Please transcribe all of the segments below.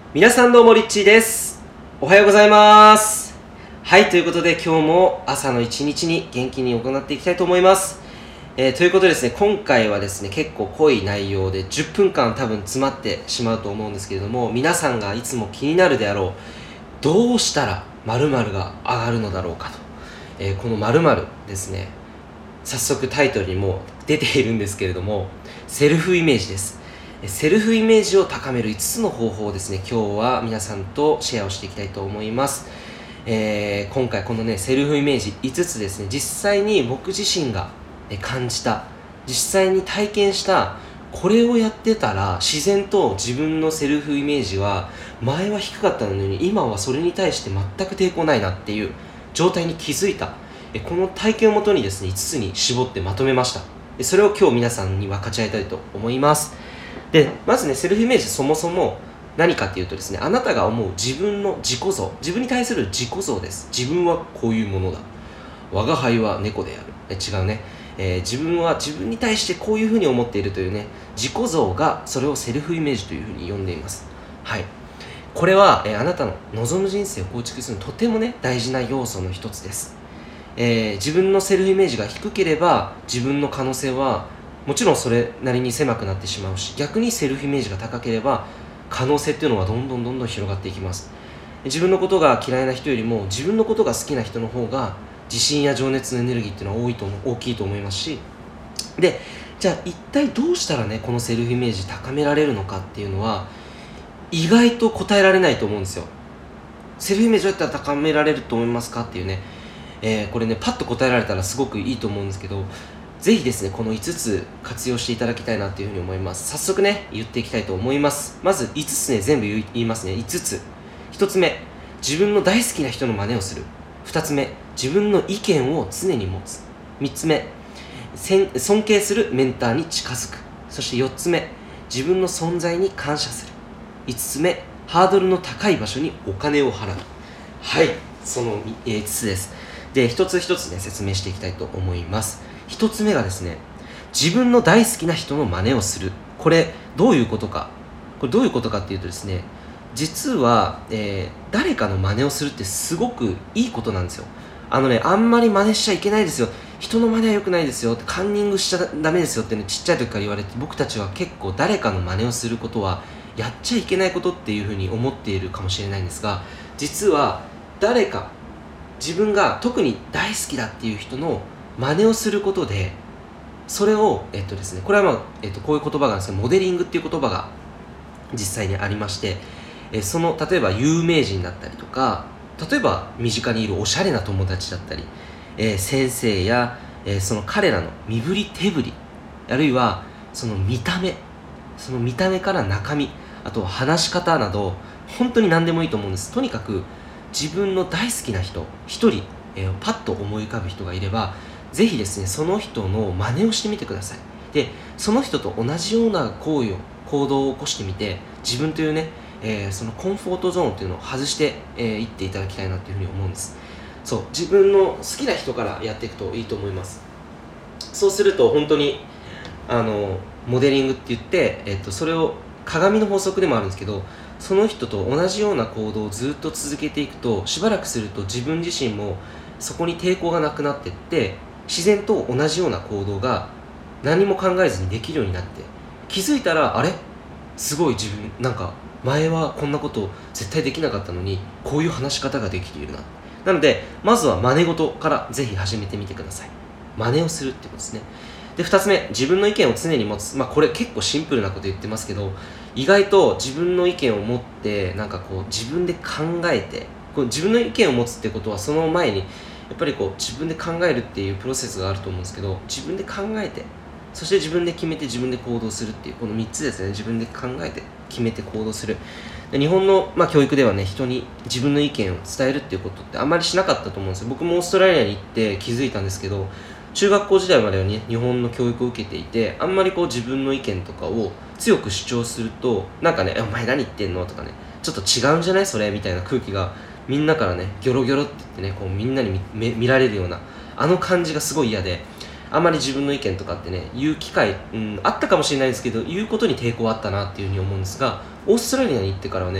皆さんどうもリッチーです。おはようございます。はい、ということで今日も朝の一日に元気に行っていきたいと思います。ということでですね、今回はですね、結構濃い内容で10分間多分詰まってしまうと思うんですけれども、皆さんがいつも気になるであろう、どうしたら〇〇が上がるのだろうかと、この〇〇ですね、早速タイトルにも出ているんですけれども、セルフイメージです。セルフイメージを高める5つの方法をですね、今日は皆さんとシェアをしていきたいと思います。今回このね、セルフイメージ5つですね、実際に僕自身が感じた、実際に体験した、これをやってたら自然と自分のセルフイメージは前は低かったのに今はそれに対して全く抵抗ないなっていう状態に気づいた。この体験をもとにですね、5つに絞ってまとめました。それを今日皆さんに分かち合いたいと思います。で、まずね、セルフイメージそもそも何かっていうとですね、あなたが思う自分の自己像、自分に対する自己像です。自分はこういうものだ。我が輩は猫である。違うね。自分は自分に対してこういうふうに思っているというね、自己像がそれをセルフイメージというふうに呼んでいます。はい。これは、あなたの望む人生を構築するとてもね、大事な要素の一つです。自分のセルフイメージが低ければ自分の可能性はもちろんそれなりに狭くなってしまうし、逆にセルフイメージが高ければ可能性っていうのはどんどん広がっていきます。自分のことが嫌いな人よりも自分のことが好きな人の方が自信や情熱のエネルギーっていうのは大きいと思いますし、でじゃあ一体どうしたらね、このセルフイメージ高められるのかっていうのは意外と答えられないと思うんですよ。セルフイメージどうやったら高められると思いますかっていうね、これねパッと答えられたらすごくいいと思うんですけど、ぜひですねこの5つ活用していただきたいなというふうに思います。早速ね言っていきたいと思います。まず5つね、全部言いますね。5つ。1つ目、自分の大好きな人の真似をする。2つ目、自分の意見を常に持つ。3つ目、尊敬するメンターに近づく。そして4つ目、自分の存在に感謝する。5つ目、ハードルの高い場所にお金を払う。はい、その5つです。で、一つ一つね説明していきたいと思います。一つ目がですね、自分の大好きな人の真似をする。これどういうことかっていうとですね、実は、誰かの真似をするってすごくいいことなんですよ。あんまり真似しちゃいけないですよ、人の真似は良くないですよ、カンニングしちゃダメですよってね、ちっちゃい時から言われて、僕たちは結構誰かの真似をすることはやっちゃいけないことっていうふうに思っているかもしれないんですが、実は誰か自分が特に大好きだっていう人の真似をすることで、それをですね、これはこういう言葉があるんですけど、モデリングっていう言葉が実際にありまして、その例えば有名人だったりとか、例えば身近にいるおしゃれな友達だったり、先生や、その彼らの身振り手振り、あるいはその見た目から中身、あとは話し方など本当に何でもいいと思うんです。とにかく自分の大好きな人一人、パッと思い浮かぶ人がいれば、ぜひですねその人の真似をしてみてください。で、その人と同じような行動を起こしてみて、自分というね、そのコンフォートゾーンというのを外していっていただきたいなというふうに思うんです。そう、自分の好きな人からやっていくといいと思います。そうすると本当にモデリングって言って、それを鏡の法則でもあるんですけど、その人と同じような行動をずっと続けていくと、しばらくすると自分自身もそこに抵抗がなくなっていって、自然と同じような行動が何も考えずにできるようになって、気づいたら、あれすごい自分なんか前はこんなこと絶対できなかったのにこういう話し方ができているな。なのでまずは真似事からぜひ始めてみてください。真似をするってことですね。で、2つ目、自分の意見を常に持つ。これ結構シンプルなこと言ってますけど、意外と自分の意見を持って自分で考えて、自分の意見を持つってことはその前にやっぱり自分で考えるっていうプロセスがあると思うんですけど、自分で考えて、そして自分で決めて自分で行動するっていうこの3つですね。自分で考えて決めて行動する。で、日本の、教育ではね、人に自分の意見を伝えるっていうことってあんまりしなかったと思うんですよ。僕もオーストラリアに行って気づいたんですけど、中学校時代まではね日本の教育を受けていて、あんまり自分の意見とかを強く主張すると、お前何言ってんのとかね、ちょっと違うんじゃないそれみたいな空気がみんなからねギョロギョロって言ってね、みんなに見られるような感じがすごい嫌で、あんまり自分の意見とかってね言う機会、あったかもしれないですけど、言うことに抵抗あったなっていうふうに思うんですが、オーストラリアに行ってからはね、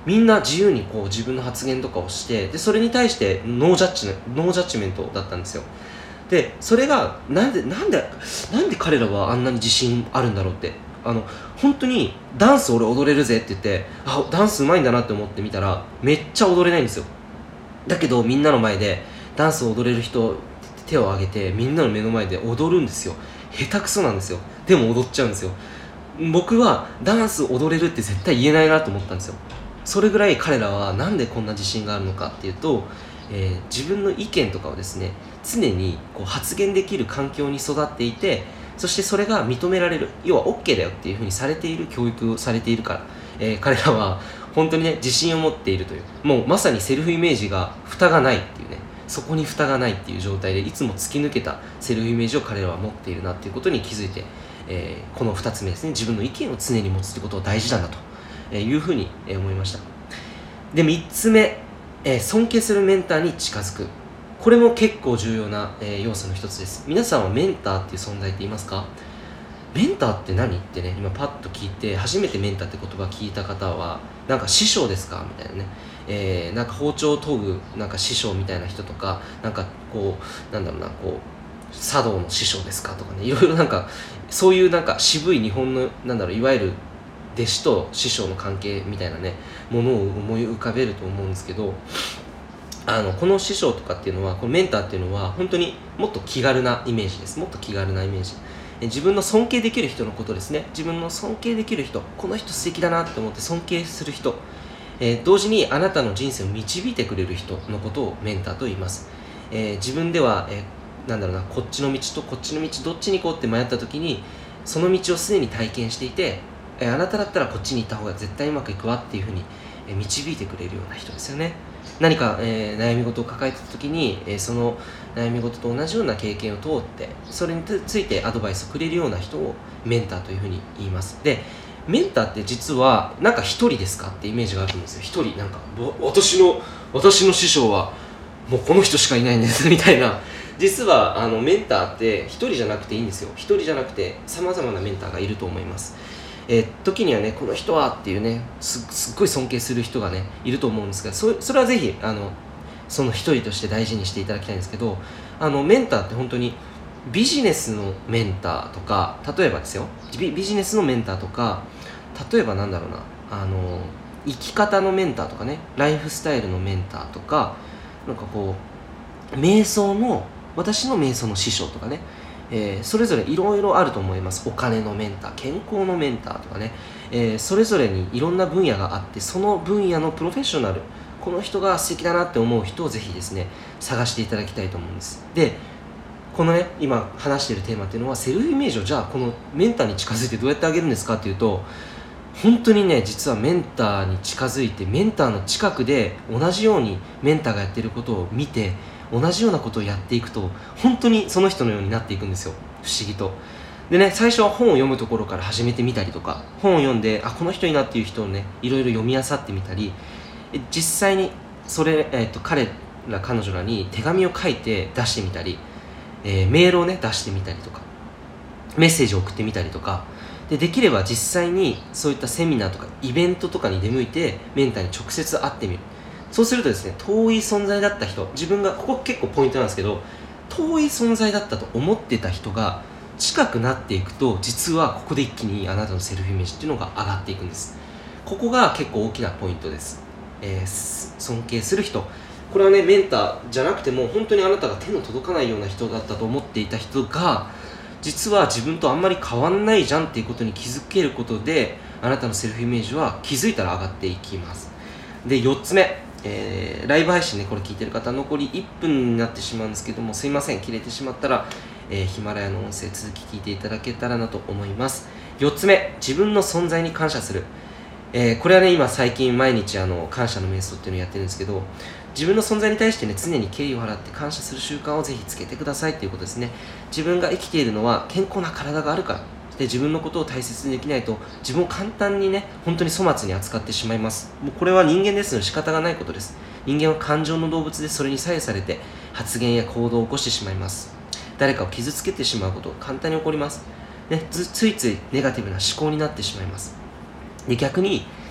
みんな自由にこう自分の発言とかをして、でそれに対してノージャッジメントだったんですよ。でそれがなんで彼らはあんなに自信あるんだろうって、本当にダンス俺踊れるぜって言って、ダンスうまいんだなって思ってみたらめっちゃ踊れないんですよ。だけどみんなの前でダンスを踊れる人手を挙げてみんなの目の前で踊るんですよ。下手くそなんですよ。でも踊っちゃうんですよ。僕はダンス踊れるって絶対言えないなと思ったんですよ。それぐらい彼らはなんでこんな自信があるのかっていうと、自分の意見とかをですね常にこう発言できる環境に育っていて、そしてそれが認められる、要は OK だよっていうふうにされている教育をされているから、彼らは本当にね自信を持っているという、もうまさにセルフイメージが蓋がないっていうね、そこに蓋がないっていう状態でいつも突き抜けたセルフイメージを彼らは持っているなっていうことに気づいて、この2つ目ですね、自分の意見を常に持つってことが大事なんだというふうに思いました。で3つ目、尊敬するメンターに近づく。これも結構重要な、要素の一つです。皆さんはメンターっていう存在って言いますか？メンターって何ってね、今パッと聞いて初めてメンターって言葉聞いた方はなんか師匠ですかみたいなね、なんか包丁を研ぐなんか師匠みたいな人とか、なんかこうなんだろうな、こう茶道の師匠ですかとかね、いろいろなんかそういうなんか渋い日本のなんだろう、いわゆる弟子と師匠の関係みたいなねものを思い浮かべると思うんですけど、この師匠とかっていうのは、このメンターっていうのは本当にもっと気軽なイメージです。もっと気軽なイメージ、自分の尊敬できる人のことですね。自分の尊敬できる人、この人素敵だなって思って尊敬する人、同時にあなたの人生を導いてくれる人のことをメンターと言います。自分では、なんだろうな、こっちの道とこっちの道どっちに行こうって迷った時にその道をすでに体験していて、あなただったらこっちに行った方が絶対うまくいくわっていうふうに導いてくれるような人ですよね。何か、悩み事を抱えてた時に、その悩み事と同じような経験を通ってそれについてアドバイスをくれるような人をメンターというふうに言います。でメンターって実はなんか一人ですかってイメージがあると思うんですよ。一人なんか私の師匠はもうこの人しかいないんですみたいな。実はメンターって一人じゃなくていいんですよ。一人じゃなくて様々なメンターがいると思います。時にはねこの人はっていうねすっごい尊敬する人がねいると思うんですが、それはぜひその一人として大事にしていただきたいんですけど、メンターって本当にビジネスのメンターとか、例えばですよ、ビジネスのメンターとか、例えばなんだろうな、生き方のメンターとかね、ライフスタイルのメンターとか、なんかこう私の瞑想の師匠とかね、それぞれいろいろあると思います。お金のメンター、健康のメンターとかね、それぞれにいろんな分野があって、その分野のプロフェッショナル、この人が素敵だなって思う人をぜひですね探していただきたいと思うんです。でこのね今話しているテーマっていうのは、セルフイメージをじゃあこのメンターに近づいてどうやってあげるんですかっていうと、本当にね実はメンターに近づいてメンターの近くで同じようにメンターがやっていることを見て同じようなことをやっていくと本当にその人のようになっていくんですよ、不思議と。でね、最初は本を読むところから始めてみたりとか、本を読んでこの人いいなっていう人をねいろいろ読み漁ってみたり、実際に彼ら彼女らに手紙を書いて出してみたり、メールをね出してみたりとかメッセージを送ってみたりとかできれば実際にそういったセミナーとかイベントとかに出向いてメンターに直接会ってみる。そうするとですね、遠い存在だった人、自分がここ結構ポイントなんですけど、遠い存在だったと思ってた人が近くなっていくと、実はここで一気にあなたのセルフイメージっていうのが上がっていくんです。ここが結構大きなポイントです。尊敬する人、これはねメンターじゃなくても本当にあなたが手の届かないような人だったと思っていた人が実は自分とあんまり変わんないじゃんっていうことに気づけることで、あなたのセルフイメージは気づいたら上がっていきます。で4つ目、ライブ配信ねこれ聞いてる方残り1分になってしまうんですけども、すいません切れてしまったら、ヒマラヤの音声続き聞いていただけたらなと思います。4つ目、自分の存在に感謝する。これはね今最近毎日感謝の瞑想っていうのをやってるんですけど、自分の存在に対してね常に敬意を払って感謝する習慣をぜひつけてくださいということですね。自分が生きているのは健康な体があるからで、自分のことを大切にできないと自分を簡単にね本当に粗末に扱ってしまいます。もうこれは人間ですので仕方がないことです。人間は感情の動物で、それに左右されて発言や行動を起こしてしまいます。誰かを傷つけてしまうことが簡単に起こります、ね、ついついネガティブな思考になってしまいます。で逆に